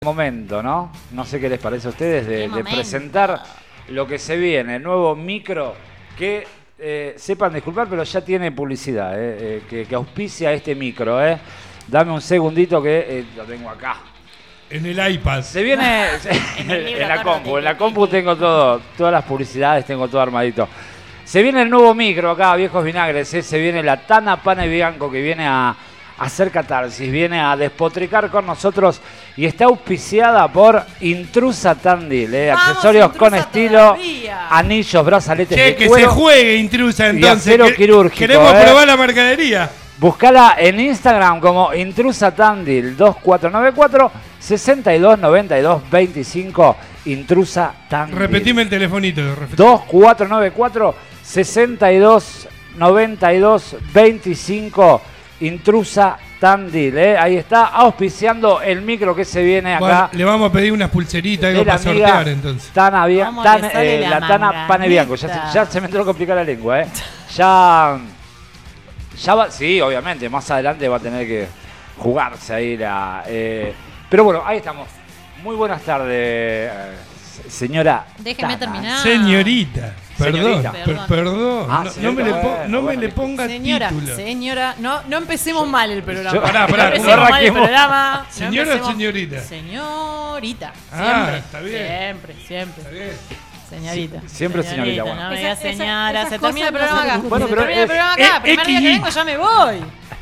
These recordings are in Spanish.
Momento, ¿no? No sé qué les parece a ustedes de presentar lo que se viene, el nuevo micro que sepan disculpar, pero ya tiene publicidad, que auspicia este micro. Dame un segundito que lo tengo acá. En el iPad. Se viene en la compu tengo todo, todas las publicidades, tengo todo armadito. Se viene el nuevo micro acá, viejos vinagres, se viene la Tana Pane Bianco que viene a hacer catarsis, viene a despotricar con nosotros y está auspiciada por Intrusa Tandil, accesorios Intrusa con estilo, todavía. Anillos, brazaletes de que cuero se juegue Intrusa entonces. Y acero quirúrgico. Queremos probar la mercadería. Buscala en Instagram como Intrusa Tandil 2494 6292 25 Intrusa Tandil. Repetime el telefonito. 2494 6292 25 Intrusa Tandil, ahí está, auspiciando el micro que se viene acá. Bueno, le vamos a pedir unas pulseritas, algo para sortear entonces. La Tana Pane Bianco, ya se me entró a complicar la lengua, ya va, sí, obviamente, más adelante va a tener que jugarse ahí pero bueno, ahí estamos. Muy buenas tardes, señora. Déjeme terminar. Señorita. Señorita. Perdón. Ah, no me le ponga título. Señora, no empecemos mal el programa. Pará, no empecemos mal el programa. ¿Señora o señorita? Señorita. Está bien. Siempre. Está bien. Señorita. Siempre señorita, bueno. No me digas señora, se termina el programa acá. Bueno, pero termina el programa acá. Primer día que vengo ya me voy.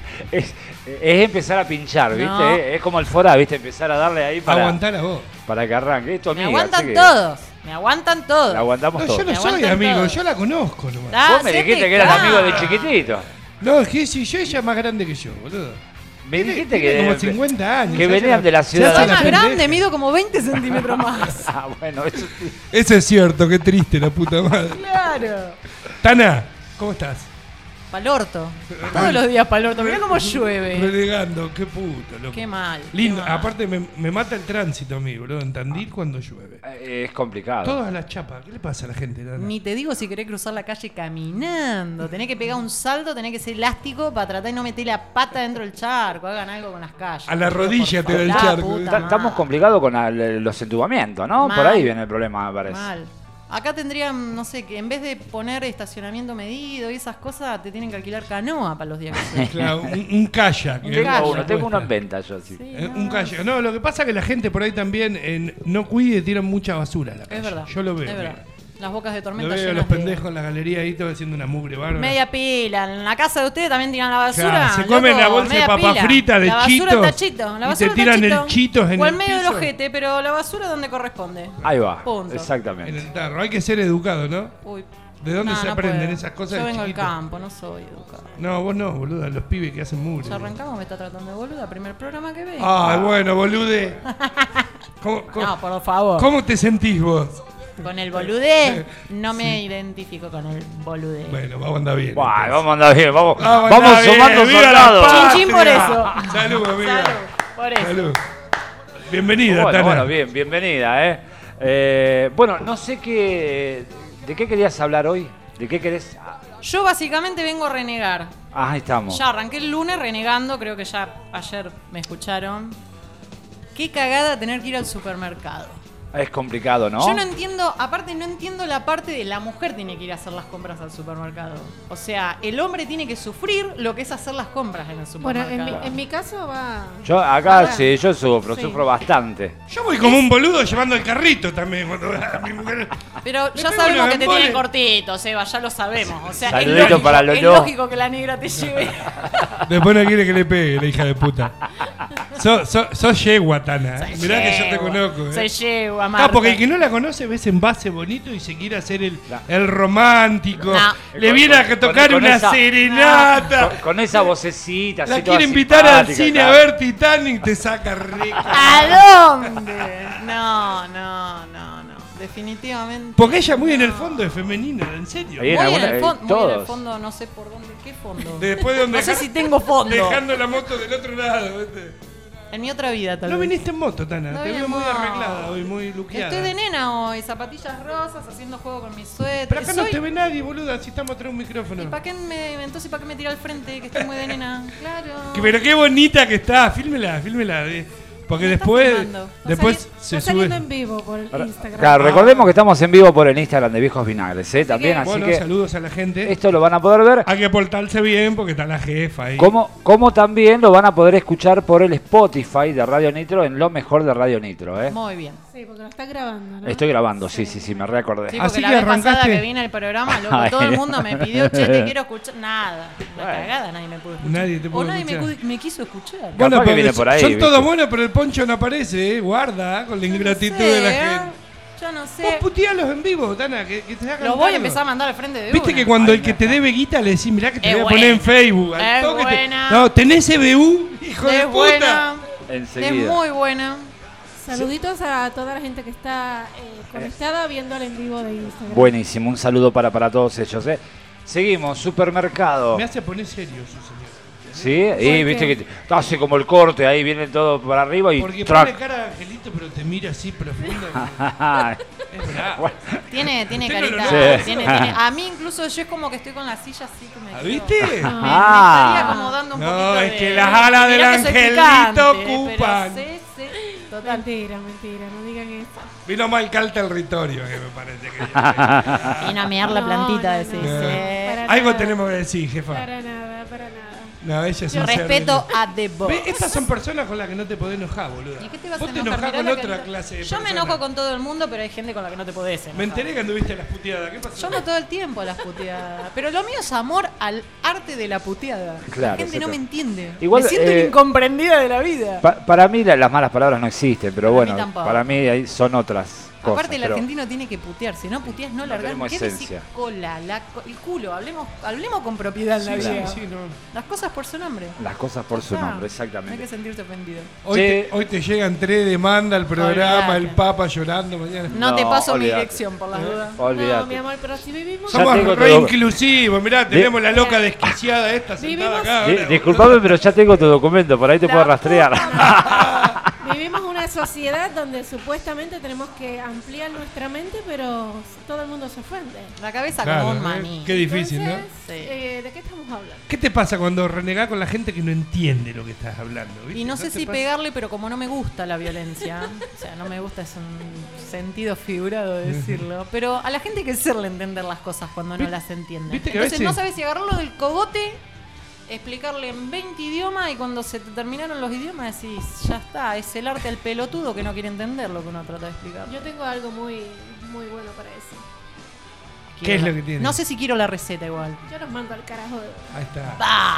Es empezar a pinchar, ¿viste? No. Es como el fora, ¿viste? Empezar a darle ahí para Aguantar a vos. Para que arranque. Esto, Me amiga, aguantan todos. Me aguantan todos. La aguantamos No, todos. yo no soy aguantan amigo, todos. yo la conozco nomás. Vos me dijiste que eras amigo de chiquitito. No, es que si yo ella es más grande que yo, boludo. Me dijiste Tiene que como 50 años. que ya venían de la ciudad. Soy la más pendeja. grande, mido como 20 centímetros más. Ah, bueno, eso sí. Eso es cierto, qué triste la puta madre. Claro. Tana, ¿cómo estás? Palorto. Todos los días palorto. Mirá cómo llueve. Renegando, qué puto, loco. Qué mal. Lindo, qué mal. aparte me mata el tránsito a mí, boludo, en Tandil cuando llueve. Es complicado. Todas las chapas, ¿qué le pasa a la gente, Tana? Ni te digo si querés cruzar la calle caminando. Tenés que pegar un salto, tenés que ser elástico para tratar de no meter la pata dentro del charco. Hagan algo con las calles. A la rodilla Por te da el favor. charco. La puta Estamos madre. complicados con los entubamientos, ¿no? Mal. Por ahí viene el problema, me parece. Mal. Acá tendrían, no sé, que en vez de poner estacionamiento medido y esas cosas, te tienen que alquilar canoa para los días que sea. Claro, un kayak. Un que kayak. Tengo uno en venta yo, sí. Sí, Un kayak. No, lo que pasa es que la gente por ahí también no cuide y tiran mucha basura a la calle. Es verdad. Yo lo veo. Es verdad. Las bocas de Lo tormenta veo a llenas los de pendejos en la galería ahí todo haciendo una mugre bárbara. media pila. En la casa de ustedes también tiran la basura. Claro, se loco, comen la bolsa de media papas pila. fritas de la basura Cheetos está chito. La y basura te está tiran chito. el Cheetos en o el al medio del piso. ojete, pero la basura donde corresponde. Ahí va. Punto. En Exactamente. el tarro. Hay que ser educado, ¿no? Uy. ¿De dónde se aprenden puedo. esas cosas Yo de vengo del chiquito? campo, no soy educado. No, vos no, boluda. Los pibes que hacen mugre. Ya arrancamos, me está tratando de boluda. Primer programa que vengo. Ay, bueno, bolude. No, por favor. ¿Cómo te sentís vos? Con el boludé no me identifico con el boludé. Bueno, vamos a andar bien. Buah, entonces. vamos a andar bien, vamos andar bien, sumando viva la soldados. patria. Chin, chin por eso. Salud, amiga. Salud, por eso. Salud. Bienvenida, Tana. Bueno, bienvenida, Bueno, no sé ¿de qué querías hablar hoy? ¿De qué querés? Yo básicamente vengo a renegar. Ahí estamos. Ya arranqué el lunes renegando, creo que ya ayer me escucharon. Qué cagada tener que ir al supermercado. Es complicado, ¿no? Yo no entiendo, aparte no entiendo la parte de la mujer tiene que ir a hacer las compras al supermercado. O sea, el hombre tiene que sufrir lo que es hacer las compras en el Bueno, supermercado. en mi caso va. Yo acá Ahora, sí, yo sufro sí. bastante. Yo voy como un boludo llevando el carrito también. Cuando mi mujer... Pero Me ya pego sabemos unos que te emboles. tienen cortito, Seba, ya lo sabemos. O sea, Saludito para Lolo. es lógico que la negra te lleve. Después no quiere que le pegue, la hija de puta. Sos yegua, Tana. Mirá que yo te conozco. Se yegua, Marta. Ah, porque el que no la conoce ves envase bonito y se quiere hacer el romántico. No. Le viene a tocar con una esa- serenata. Con esa vocecita así La toda quiere invitar al simpática, cine a claro. ver Titanic, te saca rica. ¿A dónde? No. Definitivamente. Porque ella muy en el fondo es femenina, en serio. Ahí Muy en, alguna- el muy en el todos. fondo, no sé por dónde. ¿Qué fondo? Después de donde No sé si tengo fondo. dejando la moto del otro lado. ¿viste? En mi otra vida, tal No vez. viniste en moto, Tana. No Te vine veo en muy moto. arreglada hoy, muy luqueada. Estoy de nena hoy, zapatillas rosas, haciendo juego con mi suéter. Pero acá no Soy- te ve nadie, boluda, si estamos atrás de un micrófono. ¿Y para qué entonces para qué me tira al frente que estoy muy de nena? Claro. Pero qué bonita que está, fílmela. Porque ¿Qué estás después filmando? se Está saliendo sube. en vivo por Instagram. Claro, recordemos que estamos en vivo por el Instagram de Viejos Vinagres, también, que- así Bueno, que saludos a la gente. esto lo van a poder ver. Hay que portarse bien porque está la jefa ahí. Como también lo van a poder escuchar por el Spotify de Radio Nitro en lo mejor de Radio Nitro, Muy bien. Sí, porque lo está grabando, ¿no? Estoy grabando, sí, me reacordé. Sí, porque Así la que vez pasada arrancaste. que vine al programa, loco, todo el mundo me pidió, che, te quiero escuchar. Nada, una cagada, nadie me pudo escuchar. Nadie te pudo o nadie escuchar. me quiso escuchar. Bueno, Capaz que porque viene por ahí, son ¿viste? todos buenos, pero el Poncho no aparece, guarda, con la ingratitud de la gente. Yo no Vos sé. putealos en vivo, Tana, que te hagan Lo voy a cargo. empezar a mandar al frente de Viste una. que cuando Ay, el que te debe guita le decís, mirá que te Es voy a poner en buena. Facebook. al Es toque te- buena. No, tenés CBU, hijo de Es puta. buena. Es Enseguida. muy buena. Saluditos a toda la gente que está conectada viéndolo en vivo de Instagram. Buenísimo, un saludo para todos ellos. Seguimos, supermercado. Me hace poner serio su señor. Sí, y viste que hace como el corte, ahí viene todo para arriba y Porque track. pone cara de angelito, pero te mira así profundo. Es bravo. Bueno, Tiene Tengo carita. Sí. Tiene. A mí incluso yo es como que estoy con la silla así que me quiero- ¿Viste? Me Ah. estaría como dando un No, poquito es de- que las alas del Mirá que soy angelito picante, ocupan. pero sí, total. Mentira, no digan eso. Vino mal cal territorio, que me parece que Y no mear la No, plantita, no, decís. no. sí. Para Algo nada. tenemos que decir, jefa. Para nada, para nada. No, ella es Yo un ser respeto de- a The Boss. Ve, estas son personas con las que no te podés enojar, boludo. ¿Y qué te vas a Vos te enojar? enojás Mirá con la otra carita. clase de Yo me personas. enojo con todo el mundo, pero hay gente con la que no te podés enojar. Me enteré que anduviste las puteadas. ¿Qué pasó? Yo ando todo el tiempo a las puteadas. Pero lo mío es amor al arte de la puteada. Claro, la gente sí, no me claro. entiende. Igual, me siento incomprendida de la vida. para mí las malas palabras no existen, pero Para mí bueno, tampoco. para mí ahí son otras cosas. Aparte el pero- argentino tiene que putear, si no puteas no largar. tenemos ¿Qué decir esencia. cola? El culo, hablemos con propiedad en la Sí, vida. sí, no. Las cosas por su nombre. Las cosas por su Ah, nombre, No hay que exactamente. sentirse ofendido. Hoy te llegan 3 demandas al programa, Olvidate. el Papa llorando mañana. No, te No, paso mi olvidate. dirección por las dudas. Olvídate. No, mi amor, pero si vivimos... Ya Somos tengo re todo. inclusivos, mirá, tenemos la loca desquiciada esta sentada Vivimos- acá. Di- ahora, Disculpame, pero ya tengo tu documento, por ahí te puedo rastrear. Vivimos una sociedad donde supuestamente tenemos que ampliar nuestra mente, pero todo el mundo se ofende. La cabeza Claro, como un ¿eh? maní. Qué difícil, ¿no? Entonces, Sí. ¿de qué estamos hablando? ¿Qué te pasa cuando renegás con la gente que no entiende lo que estás hablando? ¿viste? Y no sé te si pasa? pegarle, pero como no me gusta la violencia, o sea, no me gusta, es un sentido figurado de decirlo, pero a la gente hay que hacerle entender las cosas cuando no las entiende. viste que a Entonces veces- no sabes si agarrarlo del cogote, explicarle en 20 idiomas y cuando se te terminaron los idiomas decís, ya está, es el arte al pelotudo que no quiere entender lo que uno trata de explicar. Yo tengo algo muy, muy bueno para eso. ¿Qué es lo que tiene? No sé si quiero la receta igual. Yo los mando al carajo de... Ahí está.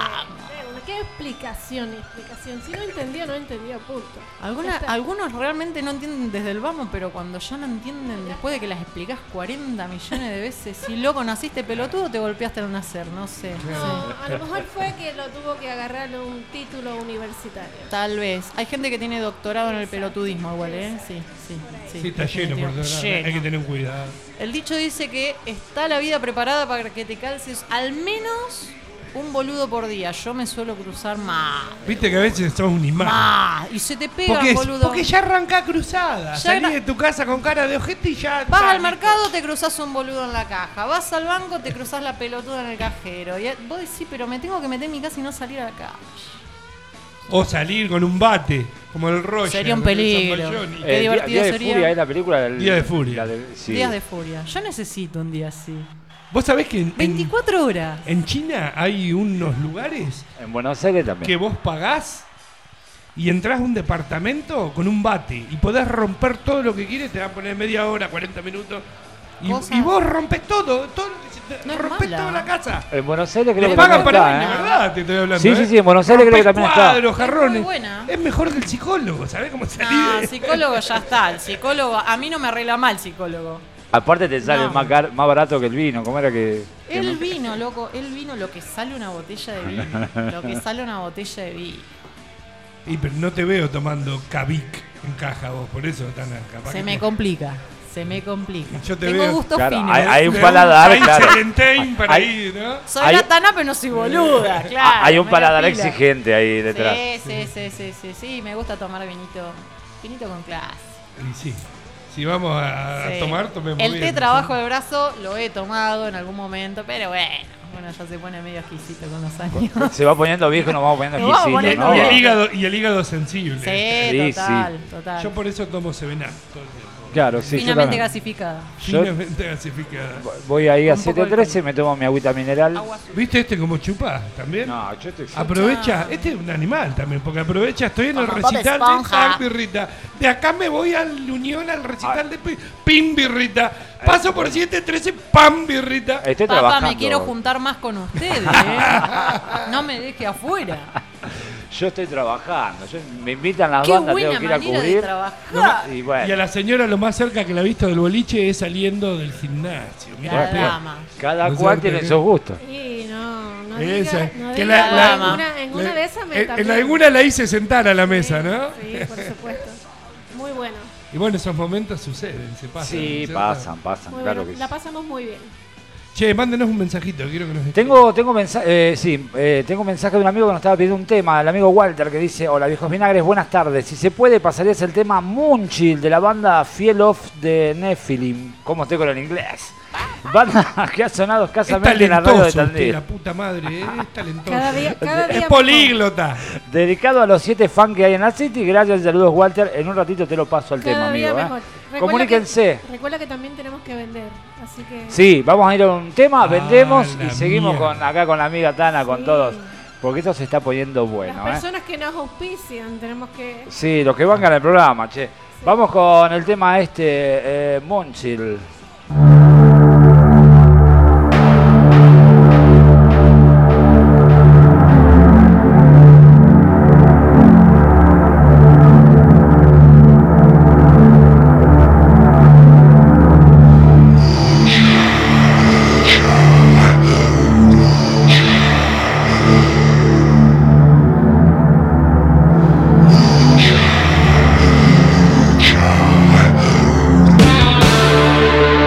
¿Qué explicación? Si no entendió, no entendió, punto. Está. Algunos realmente no entienden desde el vamos, pero cuando ya no entienden, después de que las explicás 40 millones de veces, si loco naciste pelotudo, te golpeaste al nacer, no sé. No, a lo mejor fue que lo tuvo que agarrar un título universitario. Tal vez. Hay gente que tiene doctorado en el pelotudismo igual, ¿eh? Sí. Sí, está lleno por todos lados. Lleno. Hay que tener un cuidado. El dicho dice que está la vida preparada para que te calces al menos un boludo por día. Yo me suelo cruzar más. Viste que a veces sos un imán. Más. Y se te pega, Porque, boludo. porque ya arrancá cruzada. Ya Salís arran- de tu casa con cara de ojete y ya. Vas está, al listo. mercado, te cruzás un boludo en la caja. Vas al banco, te cruzás la pelotuda en el cajero. Y vos decís, pero me tengo que meter en mi casa y no salir a la calle. O salir con un bate, como el Roger. Sería un con el peligro. Zamballoni. Qué divertido Día de sería. Furia es la película del... Día de Furia. sí. Días de furia. Yo necesito un día así. Vos sabés que en, 24 horas. en China hay unos lugares En Buenos Aires también. que vos pagás y entrás a un departamento con un bate y podés romper todo lo que quieres, te van a poner media hora, 40 minutos. Cosas- Y vos rompes todo lo que se te No es rompes mala. toda la casa. En Buenos Aires creo Le que pagan también para está, de ¿eh? verdad, te estoy hablando. Sí, sí, en Buenos Aires creo que también está. cuadros, jarrones. muy buena. Es mejor que el psicólogo, ¿sabés cómo salir? No, psicólogo ya está. El psicólogo, a mí no me arregla mal psicólogo. Aparte te sale No. más barato que el vino. ¿Cómo era que...? El vino, loco, el vino, lo que sale una botella de vino. Lo que sale una botella de vino. Y pero no te veo tomando Cavic en caja vos, por eso tan capaz. Se que me te- complica. Se me complica. Yo te Tengo veo- gustos Claro, finos. hay un Te paladar, veo un claro. Celentein para Hay- ahí, ¿no? Soy hay- latana, pero no soy boluda, claro. Hay un me la paladar pila. exigente ahí detrás. Sí, me gusta tomar vinito con clase. Y sí, si vamos a Sí. tomar, tomemos El bien. té trabajo del brazo lo he tomado en algún momento, pero bueno, Bueno, ya se pone medio exquisito con los años. Se va poniendo viejo y nos vamos poniendo Nos vamos exquisitos, poniendo ¿no? viejos. Y el hígado sensible. Sí, Sí, total. Yo por eso tomo Seven Up todo el tiempo. Claro, sí, yo Finamente también. gasificada. Yo- Finamente gasificada. Voy ahí a Un poco 713 y me tomo mi agüita mineral. Agua azul. ¿Viste este como chupa también? No, yo estoy... Aprovecha, este es un animal también, porque aprovecha, estoy en el Como Bob recital de Esponja. Pan Birrita. De acá me voy al Unión, al recital de Pin Birrita. Paso por 713, Pan Birrita. Estoy Papá, trabajando. me quiero juntar más con ustedes. No me deje afuera. Yo estoy trabajando. Me invitan las Qué bandas, buena tengo que ir a manera de cubrir. trabajar. Y Y bueno, a la señora lo más cerca que la he visto del boliche es saliendo del gimnasio. La Mirá, dama. cada No sé cual por tiene qué. sus gustos. Y no Esa, diga, no que diga, la- en una de esas me en también. alguna la hice sentar a la mesa, ¿no? Sí, por supuesto. Muy bueno. Y bueno, esos momentos suceden, se pasan. Sí, ¿cierto? pasan, Muy claro bueno. que sí. La pasamos muy bien. Che, mándenos un mensajito, quiero que nos Tengo mensaje, tengo un mensaje de un amigo que nos estaba pidiendo un tema, el amigo Walter, que dice: hola viejos vinagres, buenas tardes. Si se puede, pasarías el tema Moonchill de la banda Fiel of the Nephilim. ¿Cómo estoy con el inglés? Banda que ha sonado Es escasamente en la radio de talentoso usted, Tandil. la puta madre, es talentoso. Cada día es mejor. políglota. Dedicado a los 7 fans que hay en la City. Gracias y saludos, Walter. En un ratito te lo paso al tema, Cada día amigo. mejor. Comuníquense. Recuerda que también tenemos que vender. Así que. Sí, vamos a ir a un tema, vendemos la y seguimos mierda. acá con la amiga Tana, con Sí. todos. Porque esto se está poniendo bueno, Las personas que nos auspician, tenemos que. Sí, los que bancan el programa, che. Vamos con el tema Moonchill. Thank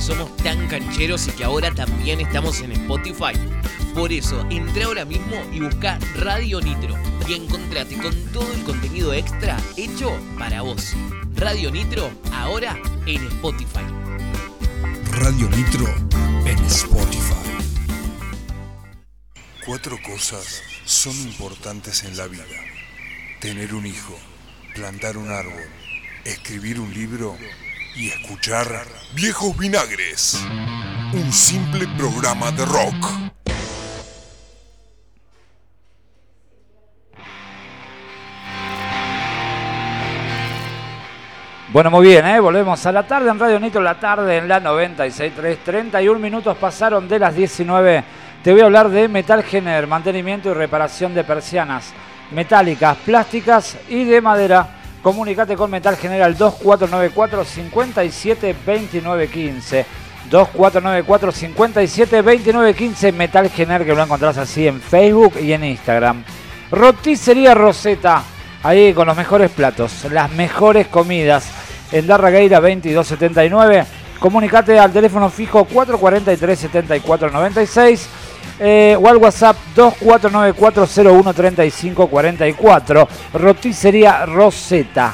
que somos tan cancheros y que ahora también estamos en Spotify? Por eso, entra ahora mismo y busca Radio Nitro y encontrate con todo el contenido extra hecho para vos. Radio Nitro, ahora en Spotify. Radio Nitro en Spotify. 4 cosas son importantes en la vida: tener un hijo, plantar un árbol, escribir un libro y escuchar Viejos Vinagres, un simple programa de rock. Bueno, muy bien, volvemos a la tarde en Radio Nitro, la tarde en la 96.3. 31 minutos pasaron de las 19. Te voy a hablar de Metal Gener, mantenimiento y reparación de persianas metálicas, plásticas y de madera. Comunicate con Metal Gener al 2494 57 29 15. 2494 57 29 15. Metal Gener, que lo encontrás así en Facebook y en Instagram. Roticería Rosetta, ahí con los mejores platos, las mejores comidas. En Darragueira 2279. Comunicate al teléfono fijo 443 7496 o al WhatsApp 2494013544. Roticería Rosetta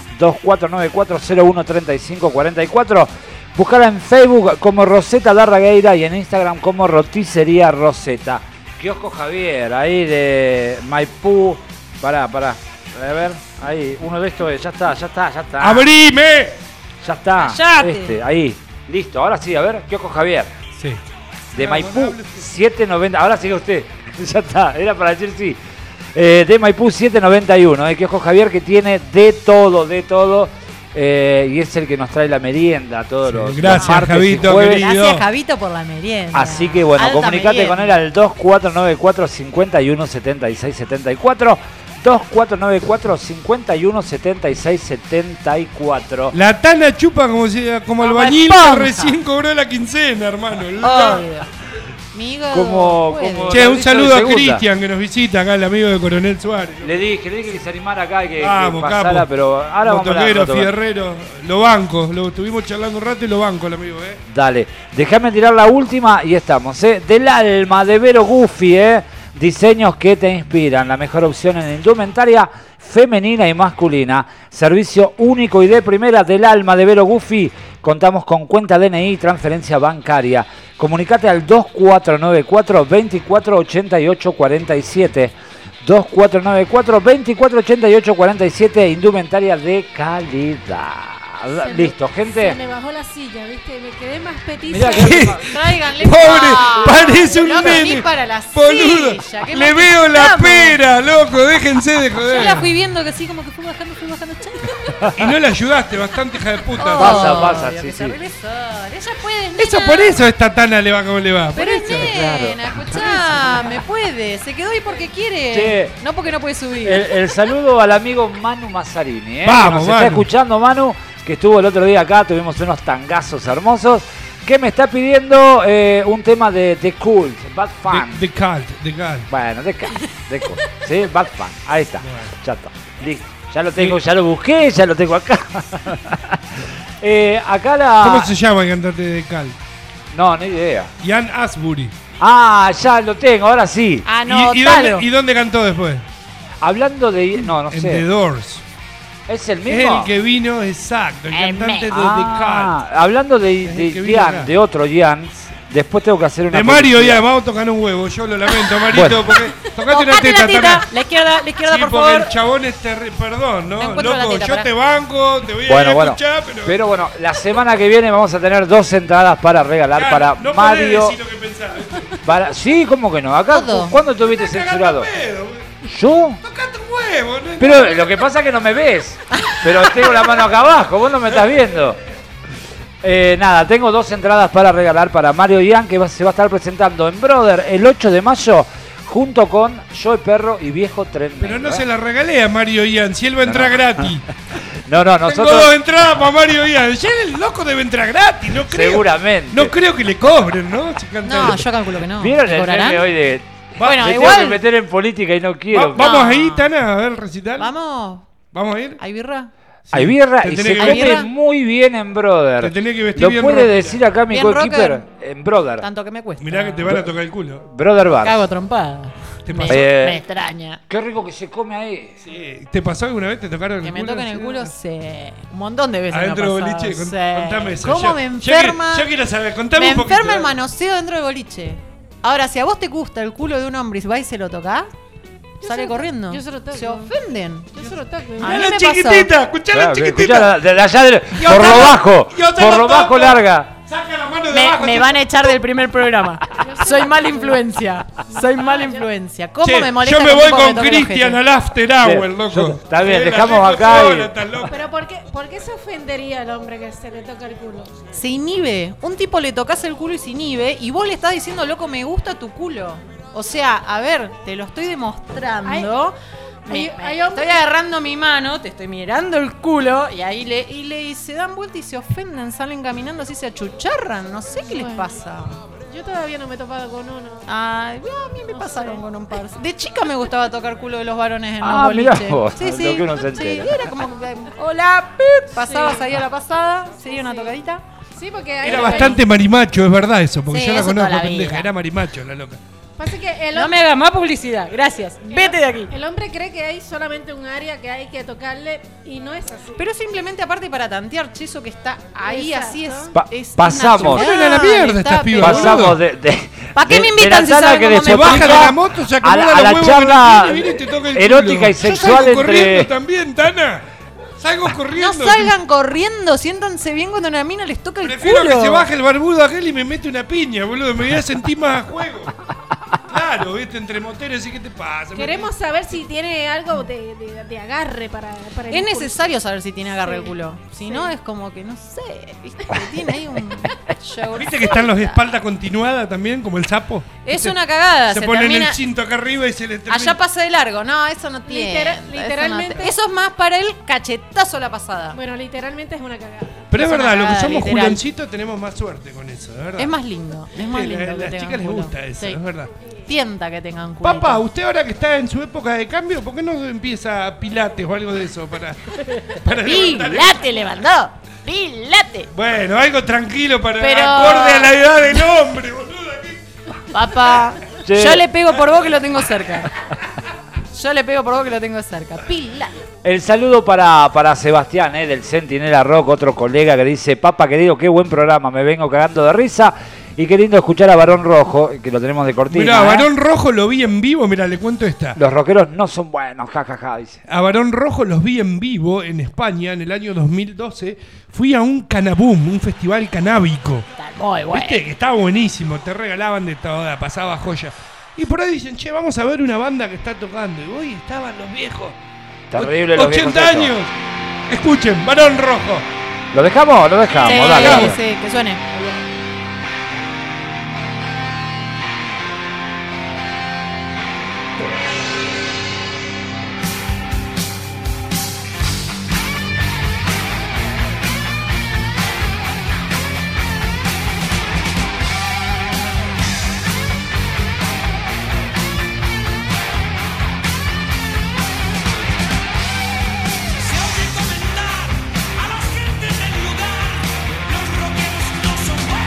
2494013544. Buscala en Facebook como Rosetta Darragueira y en Instagram como Roticería Rosetta. Kiosco Javier, ahí de Maipú. Pará. A ver, ahí, uno de estos, ya está. ¡Abrime! Ya está, ¡Cállate! ahí, listo, ahora sí, a ver, Kiosco Javier, Sí. de Maipú 790, ahora sigue usted, ya está, era para decir sí, de Maipú 791, Kiosco Javier, que tiene de todo, y es el que nos trae la merienda todos los gracias, martes Javito, y jueves. querido. Gracias, Javito, por la merienda. Así que bueno, Alta comunicate merienda. con él al 2494 51 76 74. 2494 51 76 74. La Tana chupa como albañil que recién cobró la quincena, hermano. Obvio. Amigo, Como- puede. como- Che, un Mauricio saludo de a segunda. Cristian que nos visita acá, el amigo de Coronel Suárez. Le dije que se animara acá y que Vamos, pasara, capo. pero ahora vamos a Motoquero, hablar. fierrero, lo banco. Lo estuvimos charlando un rato y lo banco el amigo, Dale, déjame tirar la última y estamos, Del alma de Vero Gufi, Diseños que te inspiran, la mejor opción en indumentaria femenina y masculina. Servicio único y de primera del alma de Vero Gufi. Contamos con cuenta DNI y transferencia bancaria. Comunicate al 2494 24 88 47. 2494 24 88 47. Indumentaria de calidad. Listo, gente. Se me bajó la silla, ¿viste? Me quedé más petiza. Mirá que- Tráiganle Pobre, pan. parece un Loco, nene. ni para la Boludo, silla. ¿Qué le más veo la necesitamos? pera, loco, déjense de Yo joder. la fui viendo que sí, como que fui bajando. Y no le ayudaste, bastante hija de puta. Pasa, Obvio, sí, que sí. se arregle sola. Ella puede, nena. Eso por eso a esta Tana le va como le va. Pero por es eso. nena, escuchame, puede. Se quedó ahí porque quiere. Che. No porque no puede subir. El saludo al amigo Manu Mazzarini, Vamos, que nos está Manu. escuchando, Manu, que estuvo el otro día acá, tuvimos unos tangazos hermosos, que me está pidiendo un tema de The Cult, Bad Fun. De Cult. Bueno, The Cult, ¿sí? Bad Fun, ahí está, ya está, listo. Ya lo tengo, ya lo busqué, ya lo tengo acá. Acá la... ¿Cómo se llama el cantante de Cult? No, ni idea. Ian Astbury. Ah, ya lo tengo, ahora sí. ¿Y dónde cantó después? Hablando de... No En sé. The Doors. ¿Es el Es mismo? el que vino, exacto, el cantante de The Ah, hablando de Es el que vino Ian, acá. de otro Ian, después tengo que hacer Cult. una... De Mario publicidad. Ian, vamos a tocar un huevo. Yo lo lamento, Marito, Bueno. porque tocate una Tocate teta, Tana. La izquierda, Sí, por porque favor. el chabón es perdón, No ¿no? encuentro la Loco, teta, yo pará. te banco, te voy a ir Bueno, a bueno. escuchar, Pero bueno, la semana que viene vamos a tener 2 entradas para regalar Claro, para no podés Mario. decir lo que pensás. Para... Sí, ¿cómo que no? Acá, Todo. ¿cuándo estuviste Estás censurado? cagando pedo, güey. ¿Yo? Tocate un huevo, ¿no? Pero lo que pasa es que no me ves. Pero tengo la mano acá abajo, vos no me estás viendo. Nada, tengo 2 entradas para regalar para Mario Ian, que se va a estar presentando en Brother el 8 de mayo junto con Joe Perro y Viejo Tren Pero Negro, no se la regalé a Mario Ian, si él va a entrar gratis. No, Tengo 2 nosotros entradas para Mario Ian. Ya el loco debe entrar gratis, no creo. seguramente. No creo que le cobren, ¿no? Si canta No, él. yo calculo que no. ¿Vieron ¿Me el cobrarán? meme hoy de... Bueno, me igual- tengo que meter en política y no quiero. Vamos No. ahí, Tana, a ver el recital. Vamos. ¿Vamos a ir? ¿Hay birra? Hay birra Te y tenés se que come vestir- muy bien en Brother. Te tenés que vestir Lo bien puede rockera. decir acá mi Bien coequiper rocker. en Brother. Tanto que me cuesta. Mirá que te van a tocar el culo. Brother Bar. Cago trompada. ¿Te Me, pasó? me extraña. Qué rico que se come ahí. Sí. ¿Te pasó alguna vez? ¿Te tocaron Que el me culo? toquen el Sí. culo, sí. Un montón de veces Adentro me del ha pasado, boliche, sí. contame eso. ¿Cómo me enferma? Yo quiero saber, contame Me un poquito. enferma el manoseo dentro del boliche. Ahora, si a vos te gusta el culo de un hombre y vas y se lo tocás, Yo sale se lo- corriendo. yo se lo toco. Se ofenden. Yo solo toco. A mí Mirá me la pasó. chiquitita, escuchá la Claro, chiquitita. escuchá, de allá Y por otra lo no- bajo. y otra Por no lo bajo toca. larga. Saca la mano de abajo. Me van a echar del primer programa. Soy mala influencia. Soy mala influencia. ¿Cómo Che, me molesta yo me que un voy tipo con me toque el Cristian ojete? al after hour, Sí, loco. yo- está bien, La dejamos tengo acá y- sola, está loco. Pero ¿por qué se ofendería el hombre que se le toca el culo? Se inhibe. Un tipo le tocas el culo y se inhibe y vos le estás diciendo, loco, me gusta tu culo. O sea, a ver, te lo estoy demostrando. hay Estoy hombres- agarrando mi mano, te estoy mirando el culo y ahí y se dan vuelta y se ofenden, salen caminando así, se achucharran. No sé qué les Bueno. pasa. Yo todavía no me he topado con uno. Ay, a mí me No pasaron sé. con un par. De chica me gustaba tocar culo de los varones en Ah, los mirá boliches. vos, Sí, lo sí. que uno se Sí, entera. era como, hola, pip, pasabas ahí a la pasada, sí, una tocadita. Sí, porque hay- Era bastante marimacho, es verdad eso, porque Sí, yo la eso conozco, toda la pendeja. vida. Era marimacho la loca. Pasa que el No hombre, me hagas más publicidad, gracias. Vete de aquí. el hombre cree que hay solamente un área que hay que tocarle y no es así. Pero simplemente aparte para tantear, che, eso que está ahí Exacto. así es. Pa- pasamos. Fueron a la mierda estas pibas, Pasamos boludo. ¿Para qué de- me de invitan la si charla saben que cómo me Se baja de explica? la moto, se a acomoda la, los a la huevos charla con el pene y viene y te toca el erótica culo. y Yo sexual salgo corriendo entre... también, Tana. Salgo No corriendo. salgan corriendo, siéntanse bien cuando una mina les toca el Prefiero culo. que se baje el barbudo aquel y me mete una piña, boludo. Me voy a sentir más a juego. Claro, viste, entre moteros y ¿qué te pasa? Queremos saber si tiene algo de agarre para el Es impulso. necesario saber si tiene agarre Sí. el culo. Si Sí. no, es como que no sé, ¿viste? Tiene ahí un show. ¿Viste que están los de espalda continuada también, como el sapo? Es una cagada. Se Se ponen termina... el cinto acá arriba y se les termina. Allá pasa de largo. No, eso no tiene. Literalmente- Eso es más para el cachetazo a la pasada. Bueno, literalmente es una cagada. Pero es es una verdad, lo que cagada, somos literal. Juliancitos tenemos más suerte con eso, de verdad. Es más lindo. Es más Sí, lindo. a que las tengan chicas les culo. gusta eso, Sí. es verdad. Tienta que tengan culo. Papá, usted ahora que está en su época de cambio, ¿por qué no empieza pilates o algo de eso para levantar el- ¡Pilate le mandó! ¡Pilate! Bueno, algo tranquilo para Pero- acorde a la edad del hombre, boludo. aquí. Papá, Che. yo le pego por vos que lo tengo cerca. Yo le pego por vos que lo tengo cerca. Pilate. El saludo para Sebastián, del Centinela Rock, otro colega que dice: Papa querido, qué buen programa, me vengo cagando de risa. Y qué lindo escuchar a Varón Rojo, que lo tenemos de cortina. Mirá, a ¿eh? Varón Rojo lo vi en vivo, mirá, le cuento esta. Los rockeros no son buenos, jajaja, dice. A Varón Rojo los vi en vivo en España en el año 2012. Fui a un Canaboom, un festival canábico. Está muy bueno. Viste que estaba buenísimo, te regalaban de toda, pasaba joya. Y por ahí dicen, che, vamos a ver una banda que está tocando. Y hoy estaban los viejos. Terrible los 80 viejos estos. años. Escuchen, Varón Rojo. ¿Lo dejamos? Lo dejamos, Sí, dale, dale. sí, que suene. Se oye comentar a las gentes del lugar, los rockeros no son buenos.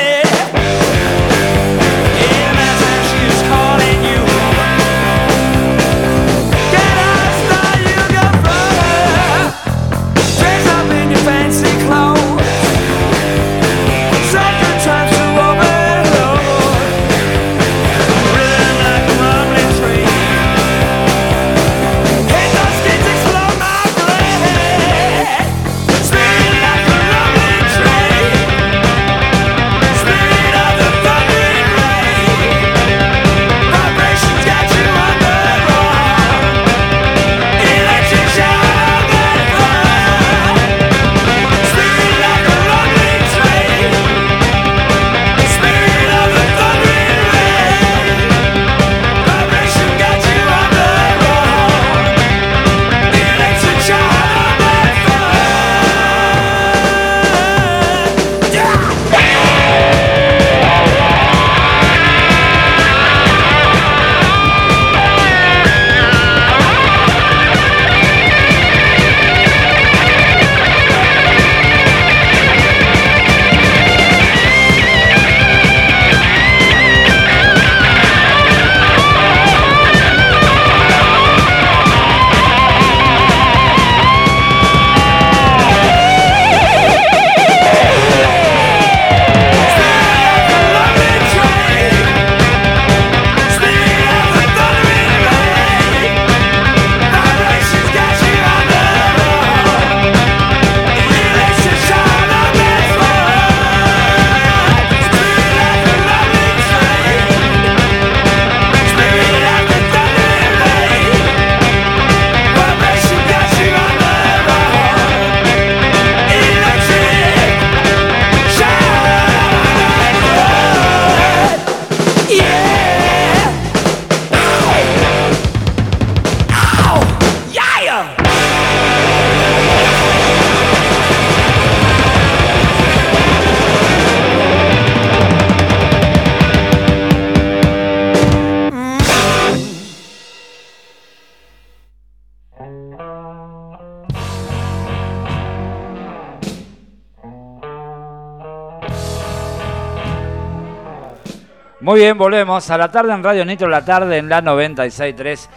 Muy bien, volvemos a la tarde en Radio Nitro, la tarde en la 96.3.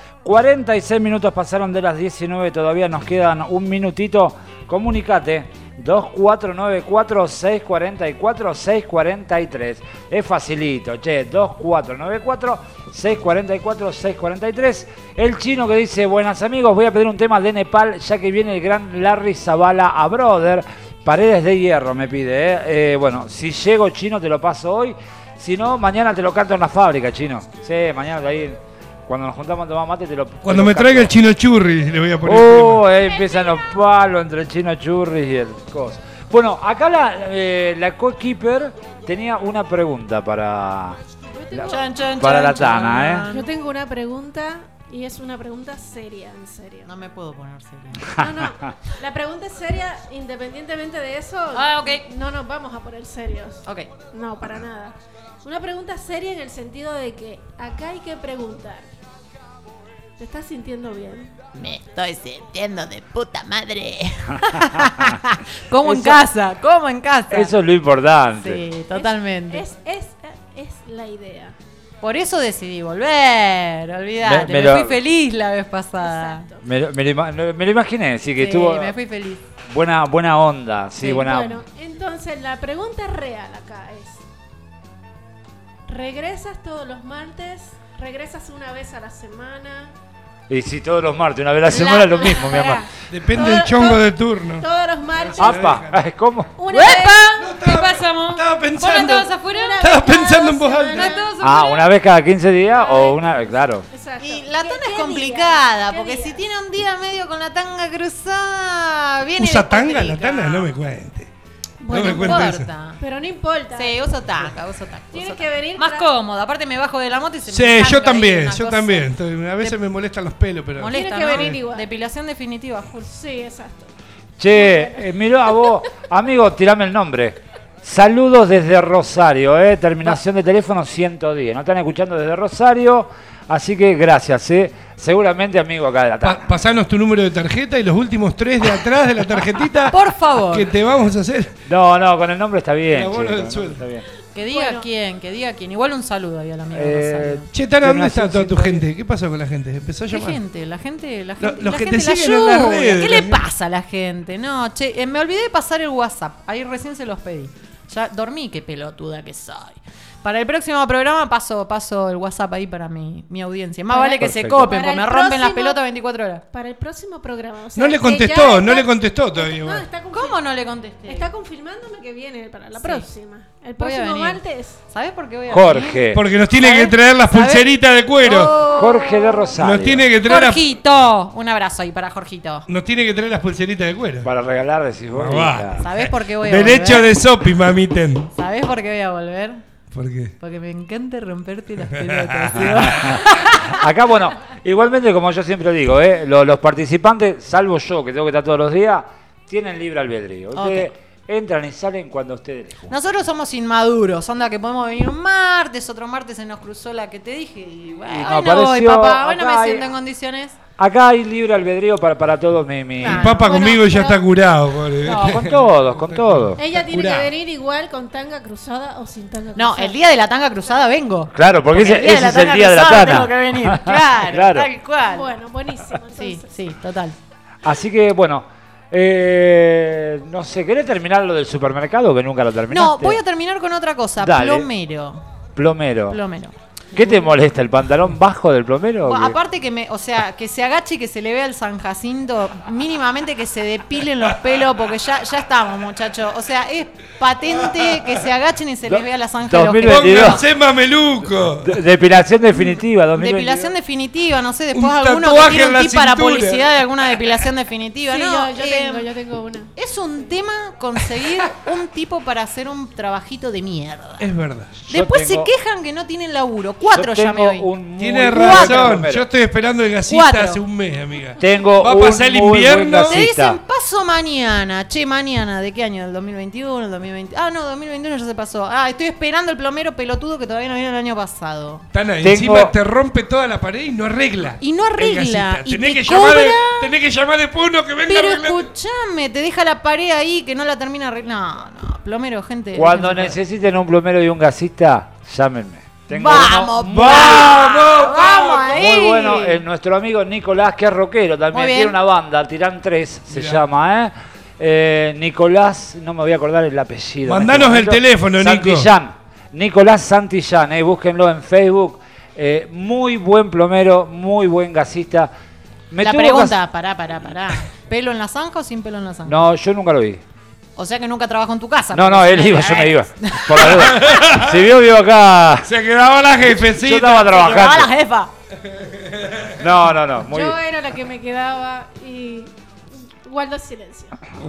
46 minutos pasaron de las 19, todavía nos quedan un minutito. Comunicate, 2494-644-643. Es facilito, che, 2494-644-643. El chino que dice, buenas amigos, voy a pedir un tema de Nepal, ya que viene el gran Larry Zavala a Brother. Paredes de Hierro me pide, Bueno, si llego, chino, te lo paso hoy. Si no, mañana te lo canto en la fábrica, chino. Sí, mañana ahí, cuando nos juntamos a tomar mate, te lo Cuando me traiga el chino churri, le voy a poner. Ahí empiezan los palos entre el chino churri y el coso. Bueno, acá la co-keeper tenía una pregunta para la Tana, Yo tengo una pregunta y es una pregunta seria, en serio. No me puedo poner seria. No. La pregunta es seria, independientemente de eso. Ok. No nos vamos a poner serios. Ok. No, para nada. Una pregunta seria en el sentido de que acá hay que preguntar. ¿Te estás sintiendo bien? Me estoy sintiendo de puta madre. Como en casa. Eso es lo importante. Sí, totalmente. Es la idea. Por eso decidí volver, olvídate. Me fui feliz la vez pasada. Exacto. Me lo imaginé, sí, que estuvo. Me fui feliz. Buena onda, sí, buena. Bueno, entonces la pregunta real acá es: ¿regresas todos los martes? ¿Regresas una vez a la semana? Y si todos los martes, una vez a la semana es lo mismo, mi amor. Depende del chongo de turno. Todos los martes. ¡Apa! ¿Cómo? ¿Qué pasamos? Estaba ¿Vos no pensando. estabas afuera? Estaba pensando en voz ¿No alta. estabas afuera? ¿Una vez cada 15 días o una? Claro. Exacto. Y la tana ¿Qué es complicada, día? porque ¿Qué si día? tiene un día medio con la tanga cruzada, viene ¿Usa de tanga la potrica. Tana? No me cuente. Bueno, no me cuente eso. importa. Pero no importa. Sí, uso tanga. Tiene que venir más cómoda, aparte me bajo de la moto y se me Sí, encanta yo ahí también, una yo cosa. también. A veces me molestan los pelos, pero. Molesta, Tiene que ¿no? venir igual. Depilación definitiva, full. Sí, exacto. Che, mirá a vos, amigo, tirame el nombre. Saludos desde Rosario, terminación de teléfono 110. Nos están escuchando desde Rosario, así que gracias, Seguramente amigo acá de la tarde. Pasanos tu número de tarjeta y los últimos 3 de atrás de la tarjetita. Por favor. Que te vamos a hacer. No, con el nombre está bien. El abono che, del con el sueldo. nombre está bien. Que diga Bueno. quién. Igual un saludo ahí al amigo Rosario. Che, Tana, ¿dónde está toda tu 150. gente? ¿Qué pasó con la gente? ¿Empezó a ¿Qué llamar? gente? La gente los la que gente te la siguen en las ayuda. redes, ¿Qué le la pasa a la gente? No, che, me olvidé de pasar el WhatsApp. Ahí recién se los pedí. Ya dormí, qué pelotuda que soy. Para el próximo programa paso el WhatsApp ahí para mi audiencia. Más vale que se Perfecto. copen, Para porque el me rompen las próximo- pelotas 24 horas. Para el próximo programa. O sea, No le que contestó, ya no le contestó todavía. No, igual. está ¿Cómo no le contesté? Está confirmándome que viene para la Sí. próxima. El Voy a próximo venir. martes. ¿Sabés por qué voy a venir? Jorge. Porque nos tiene ¿Sabes? que traer las ¿Sabes? pulseritas de cuero. Oh, Jorge de Rosario. Nos tiene que traer Jorgito. Un abrazo ahí para Jorgito. nos tiene que traer las pulseritas de cuero. Para regalar, decís vos. Va. ¿Sabés por qué voy a Derecho volver? de sopi, mamiten. ¿Sabés por qué voy a volver? ¿Por qué? Porque me encanta romperte las pelotas. ¿sí? Acá, bueno, igualmente como yo siempre digo, los participantes, salvo yo que tengo que estar todos los días, tienen libre albedrío. Ustedes entran y salen cuando ustedes les guste. Nosotros somos inmaduros, onda que podemos venir un martes, otro martes se nos cruzó la que te dije y bueno, Y no hoy no voy, apareció, papá, hoy no acá me hay- siento en condiciones. Acá hay libre albedrío para todos mi... Ah. El papa bueno, conmigo ya pero- está curado. Pobre. No, con todos, con todos. Ella tiene Curá. que venir igual con tanga cruzada o sin tanga No, cruzada. el día de la tanga cruzada vengo. Claro, porque ese el día es el tanga día de la cruzada tana. tengo que venir. Claro, Claro. tal cual. Bueno, buenísimo. Sí, Entonces. sí, total. Así que, bueno, no sé, ¿querés terminar lo del supermercado que nunca lo terminaste? No, voy a terminar con otra cosa. Dale. Plomero. Plomero. Plomero. ¿Qué te molesta? ¿El pantalón bajo del plomero? o Bueno, qué? aparte que que se agache y que se le vea el San Jacinto, mínimamente que se depilen los pelos, porque ya estamos, muchachos. O sea, es patente que se agachen y se les vea la zanja de los 2022. pelos. Pónganse mameluco. Depilación definitiva, 2022. Depilación definitiva, no sé, después Un alguno que tatuaje tiene en un la tip para cintura. publicidad de alguna depilación definitiva. Sí, no, yo tengo una. es un tema conseguir un tipo para hacer un trabajito de mierda. Es verdad. Yo Después tengo- se quejan que no tienen laburo. 4 Yo llamé tengo hoy. un muy Tiene buen razón. plomero. Yo estoy esperando el gasista 4. hace un mes, amiga. Tengo Va a un pasar el muy buen invierno. Te gasista. dicen paso mañana. Che, mañana. ¿De qué año? ¿Del 2021? ¿Del 2020? Ah, no, 2021 ya se pasó. Ah, estoy esperando el plomero pelotudo que todavía no vino el año pasado. Tana, Tengo- encima te rompe toda la pared y no arregla. Y no el arregla, gasista. y Tenés te que llamar cobra- tenés que llamar después uno que venga Pero a arreglar. escúchame, te deja la pared ahí que no la termina arreglando. No, plomero, gente. Cuando déjense necesiten un plomero y un gasista, llámenme. Tengo ¡Vamos, uno ¡Vamos ahí! muy bueno, nuestro amigo Nicolás, que es rockero, también Muy bien. tiene una banda, Tirán 3 se Mirá. llama, Nicolás, no me voy a acordar el apellido. en Mandanos este el momento. teléfono, Nico. Santillán, Nicolás Santillán, búsquenlo en Facebook. Muy buen plomero, muy buen gasista. Me La tuvo que pregunta, pará. ¿Pelo en la zanja o sin pelo en la zanja? No, yo nunca lo vi. O sea que nunca trabajo en tu casa. No, porque él si iba, yo me iba. Por la duda. Si vio acá. Se quedaba la jefecita. Yo estaba Se llevaba la trabajando. jefa. No, muy Yo bien. era la que me quedaba y guardo silencio.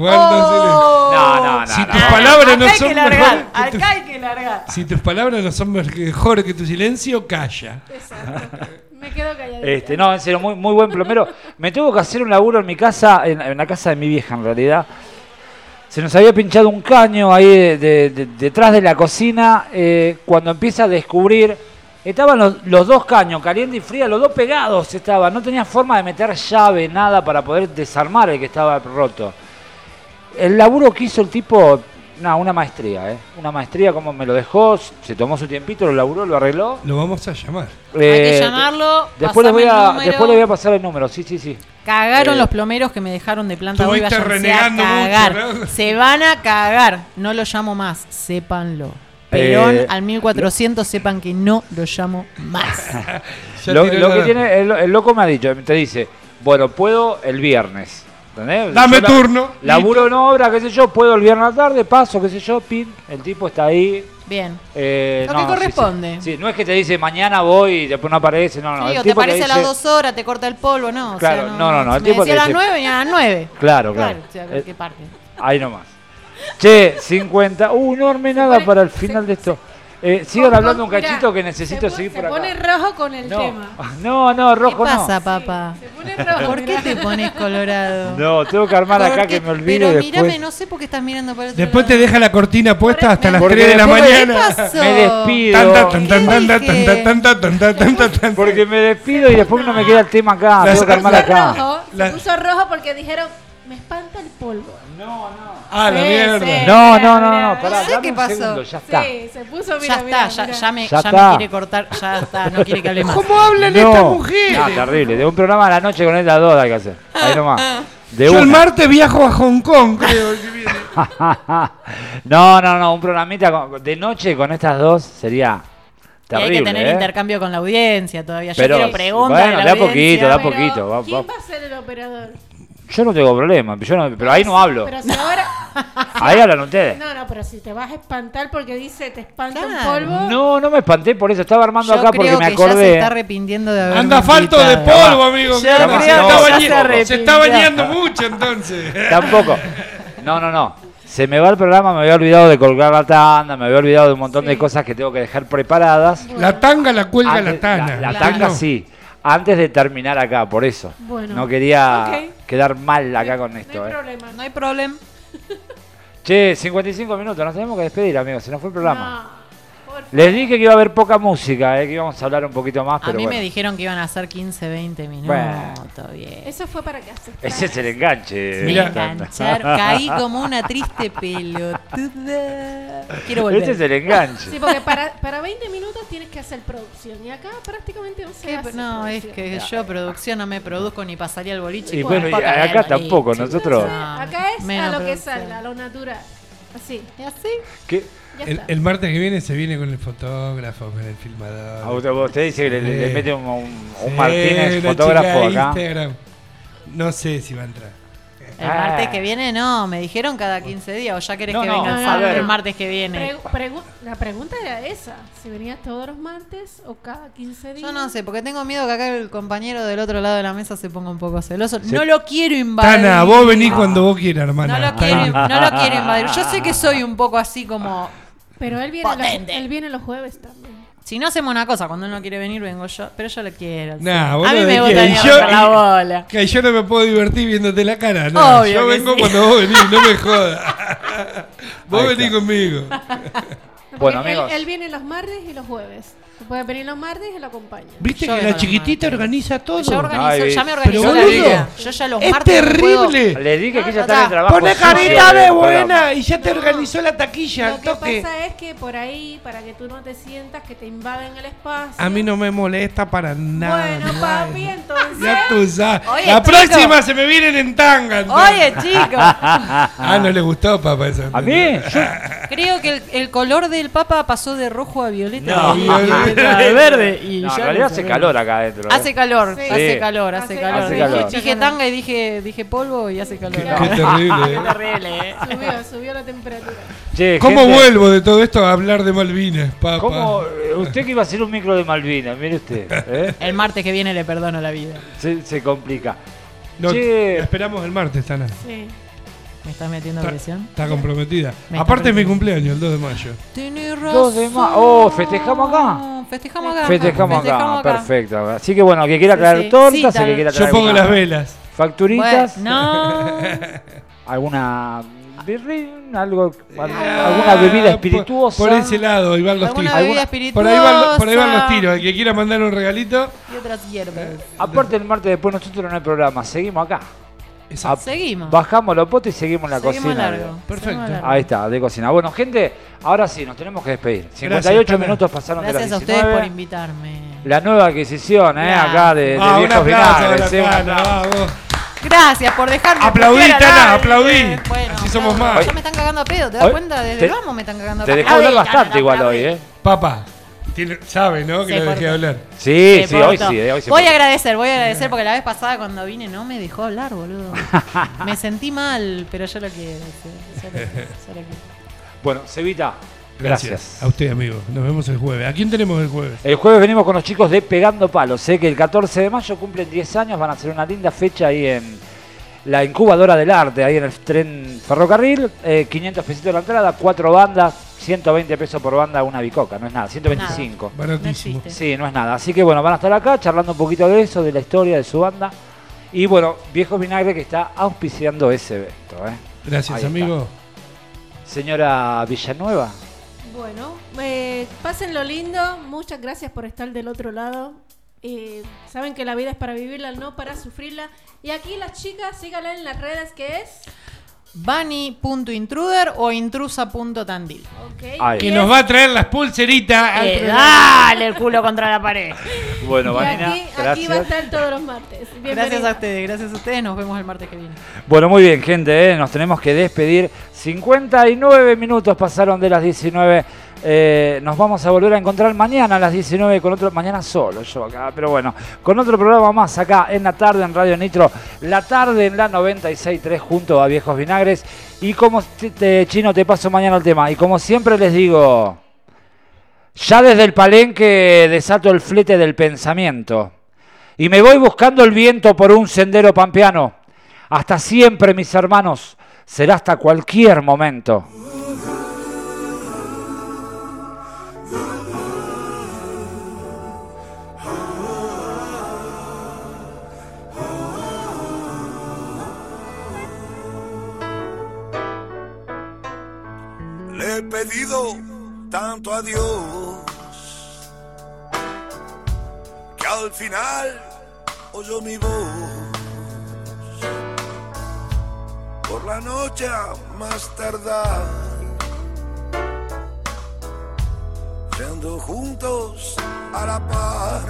No. Si tus palabras no Acá hay son que largar. mejores que Acá hay que largar. Si tus palabras no son mejores que tu silencio, calla. Exacto. Me quedo calladita. No, en serio, muy buen plomero. Me tuvo que hacer un laburo en mi casa, en la casa de mi vieja en realidad. Se nos había pinchado un caño ahí detrás de la cocina. Cuando empieza a descubrir, estaban los dos caños, caliente y fría, los dos pegados estaban. No tenía forma de meter llave, nada para poder desarmar el que estaba roto. El laburo que hizo el tipo, una maestría, una maestría, como me lo dejó, se tomó su tiempito, lo laburó, lo arregló. Lo vamos a llamar. Hay que llamarlo. Después les pasame el número. después les voy a pasar el número, sí. Cagaron los plomeros que me dejaron de planta hoy. Estuviste Váyanse a renegando cagar. mucho, ¿no? Se van a cagar. No lo llamo más, sépanlo. Perón Eh, al 1400, sepan que no lo llamo más. Ya Lo tiró que la- tiene, el loco me ha dicho, te dice, bueno, puedo el viernes. ¿Entendés? Dame Yo turno. Laburo en obra, qué sé yo, puedo el viernes a la tarde, paso, qué sé yo, pin. El tipo está ahí. Bien. Lo que corresponde. Sí, no es que te dice mañana voy y después no aparece, no. Sí, el o te tipo aparece a las dice- 2 horas, te corta el polvo, no. Claro, o sea, no, el Si me tipo decía te a las dice- 9, venía a las 9. Claro. O sea, ¿qué parte? Ahí nomás. Che, 50. No armé nada para el final de esto. Sigan hablando un cachito Mirá, que necesito seguir por Se acá. pone rojo con el tema. No, rojo ¿Qué no. pasa, papá? Se pone rojo. ¿Por qué te pones colorado? No, tengo que armar acá Porque- que me olvido Pero y después. mírame, no sé por qué estás mirando para el otro Después te lado. deja la cortina puesta hasta las Porque 3 de la después me- mañana. ¿Qué pasó? Me despido. Tan, tan, tan, tan, tan, dije? tan, tan, tan, tan, tan, tan, tan. Porque me despido y después no me queda el tema acá. Las- Tengo que armar Se puso acá. rojo, La- se puso rojo porque dijeron, Me espanta el polvo. Ah, la Sí, mierda. sí. No, Mira, pará, No sé dame qué un pasó. segundo, ya está. Sí, se puso, Ya mira, está, mira. ya me está. quiere cortar. Ya está, no quiere que hable más. ¿Cómo hablan estas mujeres? No, terrible. De un programa a la noche con estas dos hay que hacer. Ahí nomás. De Yo el una. martes viajo a Hong Kong, creo que viene. No, un programita de noche con estas dos sería Y terrible. hay que tener ¿eh? intercambio con la audiencia todavía. Yo Pero, quiero preguntas bueno, de de la a poquito, de a audiencia. poquito. Pero, ¿quién va a ser el operador? Yo no tengo problema, pero ahí no hablo. Pero si ahora... Ahí hablan ustedes. No, pero si te vas a espantar porque dice te espanta un Claro. polvo... No me espanté por eso. Estaba armando Yo acá creo porque me que ya se acordé. está arrepintiendo de haber Anda falto de polvo, amigo. Yo claro. creo Se que está ya se bañando- arrepintió. se está bañando mucho entonces. Tampoco. No. Se me va el programa, me había olvidado de colgar la tanda, me había olvidado de un montón de cosas que tengo que dejar preparadas. La tanga la cuelga Antes- la tana. La Claro. tanga sí. Antes de terminar acá, por eso. Bueno. No quería Ok. quedar mal acá con No esto. hay problema. No hay problema. Che, 55 minutos, nos tenemos que despedir, amigos, se nos fue el programa. No, por favor. Les dije que iba a haber poca música, que íbamos a hablar un poquito más, A pero mí bueno. me dijeron que iban a ser 15, 20 minutos. Bueno. Bien. Eso fue para que aceptaras. Ese es el enganche. Me Mira. engancharon. Caí como una triste pelotuda. Quiero volver. Ese es el enganche. Sí, porque para 20 minutos tienes que hacer producción. Y acá prácticamente no se ¿Qué? hace No, es producción. que yo producción no me produzco ni pasaría el boliche. Y con bueno, y poca acá boliche. tampoco, nosotros. No, Acá es menos a lo que producción. salga, a lo natural. Así, ¿Y así? ¿Qué? ya El, está. el martes que viene se viene con el fotógrafo, con el filmador. Usted dice que le Sí. mete un Sí, Martínez una fotógrafo chica acá. Instagram. No sé si va a entrar. El martes que viene no, me dijeron cada 15 días. O ya querés No, que no, venga el a ver. el martes que viene. La pregunta era esa: si venías todos los martes o cada 15 días. Yo no sé, porque tengo miedo que acá el compañero del otro lado de la mesa se ponga un poco celoso. No lo quiero invadir. Tana, vos venís cuando vos quieras, hermana. No lo quiero invadir. Yo sé que soy un poco así como... Pero él viene los jueves también. Si no hacemos una cosa, cuando él no quiere venir, vengo yo. Pero yo lo quiero. Nah, vos a mí no me te gustaría quieres. romper la bola. Que yo no me puedo divertir viéndote la cara. No, Obvio yo que vengo sí. cuando vos venís, no me jodas. Vos Ahí venís está. conmigo. Bueno, Porque amigos. Él viene los martes y los jueves. Puede venir los martes y lo acompaña. Viste Yo que vengo la los chiquitita martes. organiza todo. Ya me Ay, organizó pero la boludo, vida. Yo ya los es martes no puedo- terrible. Le dije que No, ella no está en el está. trabajo. Pone sucio carita del de programa. buena y ya te organizó la taquilla. Lo Al que toque. pasa es que por ahí, para que tú no te sientas que te invaden el espacio. A mí no me molesta para nada. Bueno, nada. papi, entonces. Ya tú sabes. Oye, La chico. próxima se me vienen en tanga. entonces. Oye, chicos. Ah, no le gustó, papá, eso. ¿A mí? Creo que el color del papa pasó de rojo a violeta. No. Y violeta a verde. Y No, en ya realidad no hace sé. calor acá adentro. ¿eh? Hace calor, Sí. hace Sí. calor, hace calor. hace calor. Dije tanga y dije polvo y hace calor. Qué terrible. Qué terrible, Subió la temperatura. Che, ¿Cómo gente, vuelvo de todo esto a hablar de Malvinas, papá? ¿Cómo? Usted que iba a hacer un micro de Malvinas, mire usted. ¿eh? El martes que viene le perdono la vida. Se complica. No, Che. la esperamos el martes, Tana. Sí. ¿Me estás metiendo Está, presión? está comprometida. Me Aparte está es mi presión. cumpleaños, el 2 de mayo. Tenés 2 de mayo. Oh, ¿festejamos acá? Festejamos acá. Festejamos acá, perfecto. Así que bueno, que quiera Sí, traer sí. tortas, Sí, el que tal. quiera Yo traer pongo alguna las velas. facturitas, No. alguna birrín, alguna bebida espirituosa. Por ese lado, ahí van los Alguna tiros. bebida Por ahí van los tiros. El que quiera mandar un regalito. Y otras hierbas. Aparte el martes después nosotros no hay programa, seguimos acá. Exacto. Seguimos. Bajamos los potes y seguimos la Seguimos cocina. largo. Perfecto. Seguimos largo. Ahí está, de cocina. Bueno, gente, ahora sí, nos tenemos que despedir. Gracias, 58 Tana. minutos pasaron Gracias de a las ustedes 19. por invitarme. La nueva adquisición, Gracias. acá de Ah, un Viejos aplauso Vinagres. a sí, la un Tana, aplauso. vamos. Gracias por dejarme. Aplaudí, putear al Tana, aire. aplaudí. Bueno, Así somos aplaudo. más. Ya me están cagando a pedo, ¿te das Hoy cuenta? Desde te- el vamos me están cagando a Te pedo. dejé hablar Aplaudí, bastante Tana, igual aplaudí. hoy, Papá, sabe, ¿no? Que Se lo dejé portó. hablar. Sí, Se sí, hoy portó. sí, hoy sí. Voy a agradecer porque la vez pasada cuando vine no me dejó hablar, boludo. Me sentí mal, pero yo lo quiero. Yo lo quiero. Bueno, Cevita, gracias. A usted, amigo. Nos vemos el jueves. ¿A quién tenemos el jueves? El jueves venimos con los chicos de Pegando Palos. Sé que el 14 de mayo cumplen 10 años, van a hacer una linda fecha ahí en la incubadora del arte, ahí en el tren ferrocarril. 500 pesitos la entrada, 4 bandas, 120 pesos por banda, una bicoca, no es nada, 125. Baratísimo. No existe. Sí, no es nada. Así que bueno, van a estar acá charlando un poquito de eso, de la historia de su banda. Y bueno, Viejos Vinagre que está auspiciando ese evento. Gracias, Ahí amigo. Señora Villanueva. Bueno, pásenlo lindo. Muchas gracias por estar del otro lado. Saben que la vida es para vivirla, no para sufrirla. Y aquí las chicas, síganla en las redes, que es Bani.intruder o intrusa.tandil. okay. Que nos va a traer las pulseritas al programa. Dale el culo contra la pared. Bueno, Y Vanina, aquí va a gracias. estar todos los martes. Gracias a ustedes, nos vemos el martes que viene. Bueno, muy bien, gente, nos tenemos que despedir. 59 minutos pasaron de las 19. Nos vamos a volver a encontrar mañana a las 19 con otro, mañana solo yo acá, pero bueno, con otro programa más acá en la tarde en Radio Nitro, la tarde en la 96.3 junto a Viejos Vinagres. Y como Chino, te paso mañana el tema. Y como siempre les digo, ya desde el palenque desato el flete del pensamiento y me voy buscando el viento por un sendero pampeano. Hasta siempre, mis hermanos, será hasta cualquier momento. Le he pedido tanto a Dios que al final oyó mi voz. Por la noche a más tardar, yendo juntos a la par,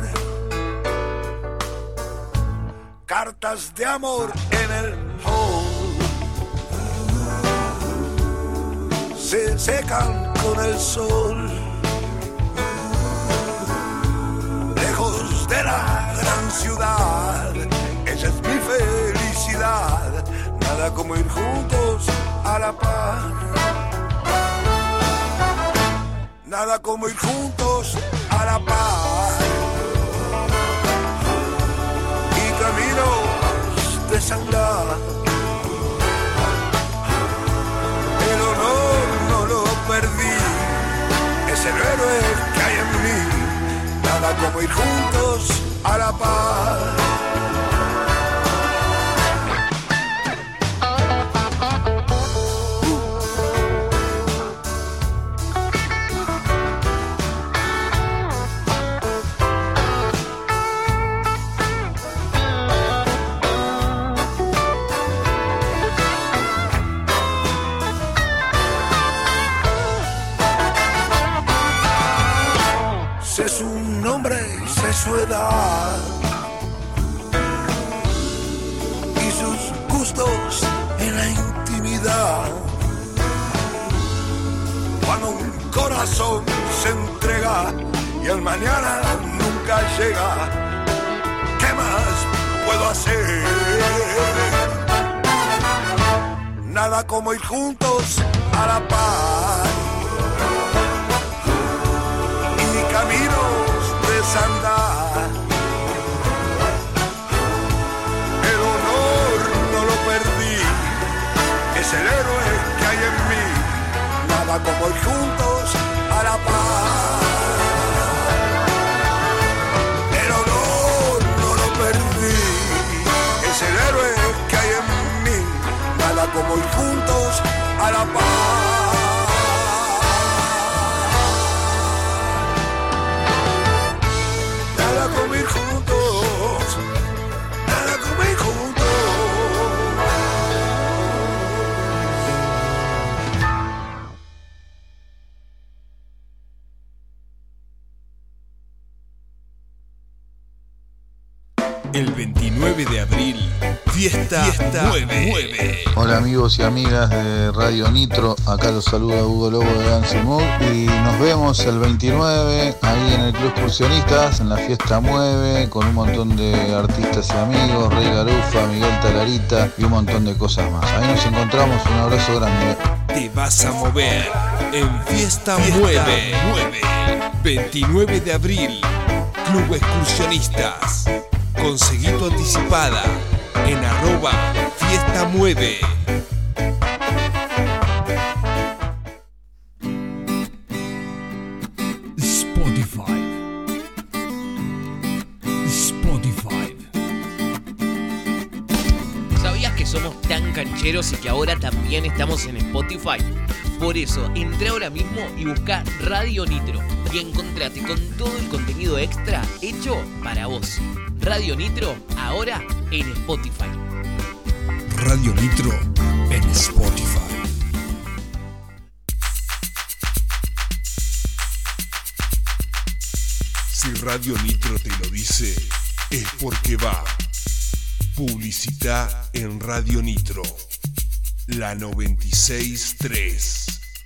cartas de amor en el hall se secan con el sol, lejos de la gran ciudad. Esa es mi felicidad, nada como ir juntos a la par, nada como ir juntos a la par, y caminos de sangrar. El honor no lo perdí, es el héroe que hay en mí, nada como ir juntos a la par. Sé su nombre y sé su edad y sus gustos en la intimidad. Cuando un corazón se entrega y el mañana nunca llega, ¿qué más puedo hacer? Nada como ir juntos a la paz, caminos de sandar. El honor no lo perdí, es el héroe que hay en mí, nada como ir juntos a la paz. El honor no lo perdí, es el héroe que hay en mí, nada como ir juntos a la paz. Nada como ir juntos, nada como ir juntos. El 29 de abril, Fiesta 9. Hola amigos y amigas de Radio Nitro, acá los saluda Hugo Lobo de Dancing Mood y nos vemos el 29 ahí en el Club Excursionistas, en la Fiesta 9, con un montón de artistas y amigos, Rey Garufa, Miguel Talarita y un montón de cosas más. Ahí nos encontramos, un abrazo grande. Te vas a mover en Fiesta 9. 29 de abril, Club Excursionistas. Conseguí tu anticipada en @Fiesta9. Spotify. ¿Sabías que somos tan cancheros y que ahora también estamos en Spotify? Por eso, entra ahora mismo y busca Radio Nitro. y encontrate con todo el contenido extra hecho para vos. Radio Nitro, ahora en Spotify. Radio Nitro en Spotify. Si Radio Nitro te lo dice, es porque va. Publicita en Radio Nitro, la 96.3.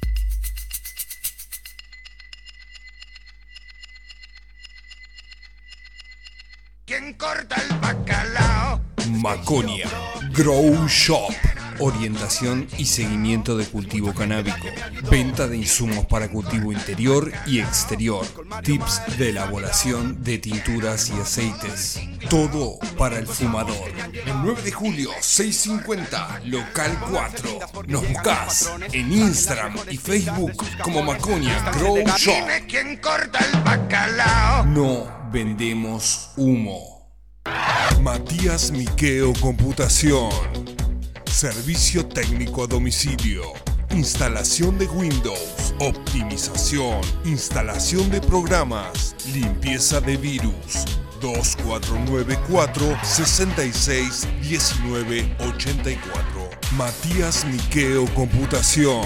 ¿Quién corta el bacalao? Maconia Grow Shop. Orientación y seguimiento de cultivo canábico. Venta de insumos para cultivo interior y exterior. Tips de elaboración de tinturas y aceites. Todo para el fumador. El 9 de julio, 650, local 4. Nos buscás en Instagram y Facebook como Maconia Grow Shop. Dime quién corta el bacalao. No vendemos humo. Matías Miqueo Computación. Servicio técnico a domicilio. Instalación de Windows. Optimización. Instalación de programas. Limpieza de virus. 2494 66 19 84. Matías Miqueo Computación.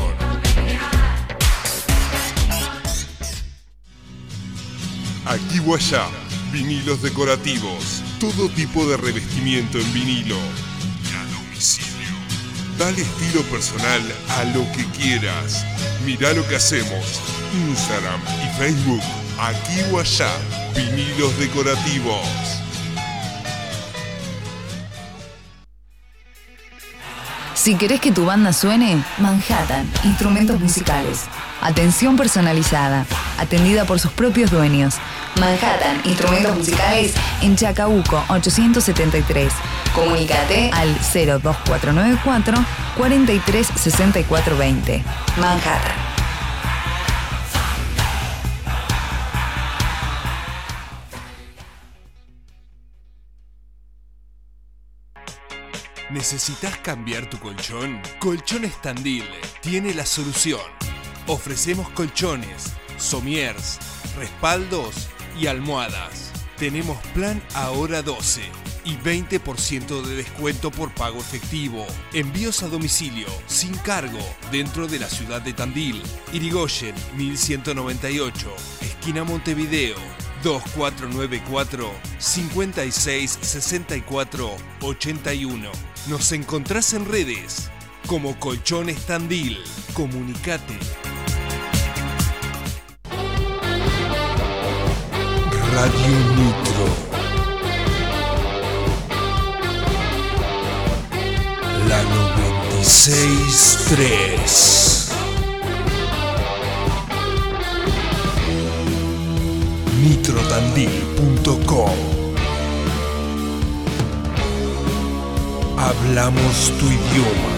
Aquí o allá. Vinilos decorativos. Todo tipo de revestimiento en vinilo. A domicilio. Dale estilo personal a lo que quieras. Mirá lo que hacemos. Instagram y Facebook. Aquí o allá. Vinilos decorativos. Si querés que tu banda suene, Manhattan, instrumentos musicales. Atención personalizada, atendida por sus propios dueños. Manhattan, instrumentos musicales en Chacabuco 873. Comunícate al 02494 436420. Manhattan. ¿Necesitas cambiar tu colchón? Colchones Tandil tiene la solución. Ofrecemos colchones, somiers, respaldos y almohadas. Tenemos plan ahora 12 y 20% de descuento por pago efectivo. Envíos a domicilio sin cargo dentro de la ciudad de Tandil. Irigoyen 1198, esquina Montevideo. 2494 56 64 81. Nos encontrás en redes como Colchones Tandil. Comunicate. Radio Nitro. La 96.3. nitrotandil.com. Hablamos tu idioma.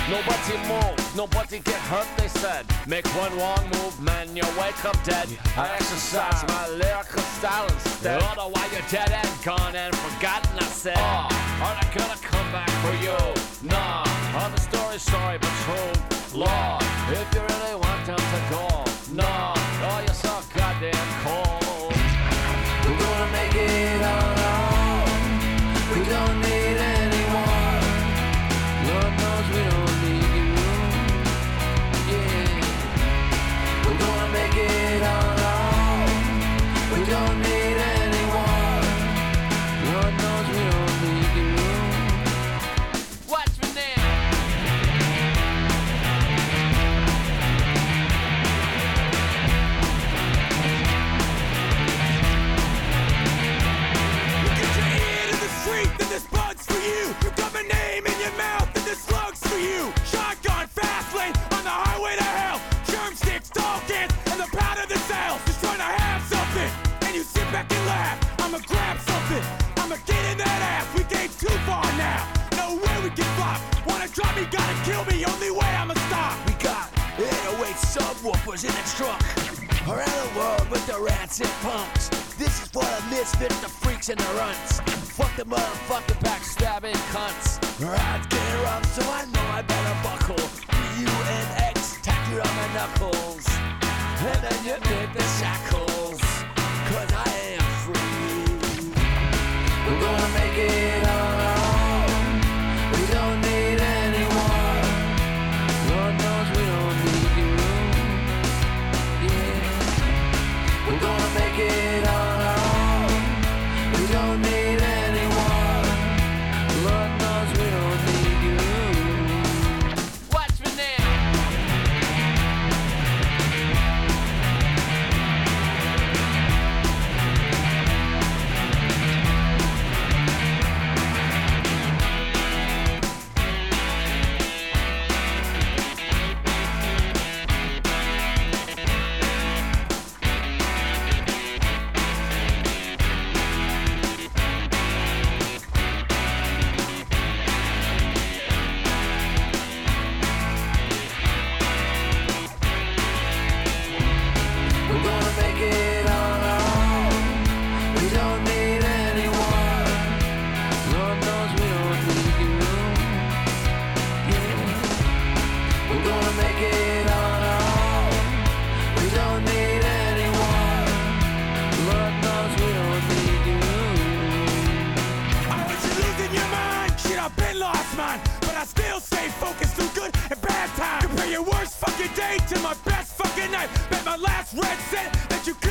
Nobody move, nobody get hurt, they said. Make one wrong move, man, you wake up dead. I exercise my lyrical style instead. Otherwise you're dead and gone and forgotten, I said. Oh, are they gonna come back for you? Nah, all the story's sorry but true. Lord, if you really want them to go, no, oh, you're so goddamn cold. We're gonna make it on our own. We don't need anyone. Lord knows we don't need you. Yeah. We're gonna make it on our own. We don't need anyone. Lord knows we don't need you. Watch me now. Then this bug's for you. You got my name in your mouth and this slug's for you. Shotgun, fast lane on the highway to hell. Germ sticks, tall cans, and the powder that sells. Just trying to have something, and you sit back and laugh. I'ma grab something, I'ma get in that ass. We came too far now, no way we can flop. Wanna drop me, gotta kill me, only way I'ma stop. We got 808 subwoofers in the trunk. Around the world with the rats and punks. This is for the misfits, the freaks and the runts. Fuck the motherfucking backstabbing cunts. I'd get rough, so I know I better buckle. UNX tattooed on my knuckles. And then you take the shackles, cause I am free. We're gonna make it on our own. We don't need anyone. Lord knows we don't need you. Yeah. We're gonna make it on our own. We don't need anyone. Lord knows we don't need you. Watch me now. We're gonna make it on our own. We don't need anyone. Lord knows we don't need you. Yeah. We're gonna make it on our own. We don't need anyone. Lord knows we don't need you. I heard you losing your mind. Shit, I've been lost mine, but I still stay focused through good and bad times. Compare your worst fucking day to my best fucking night. Bet my last red cent that you could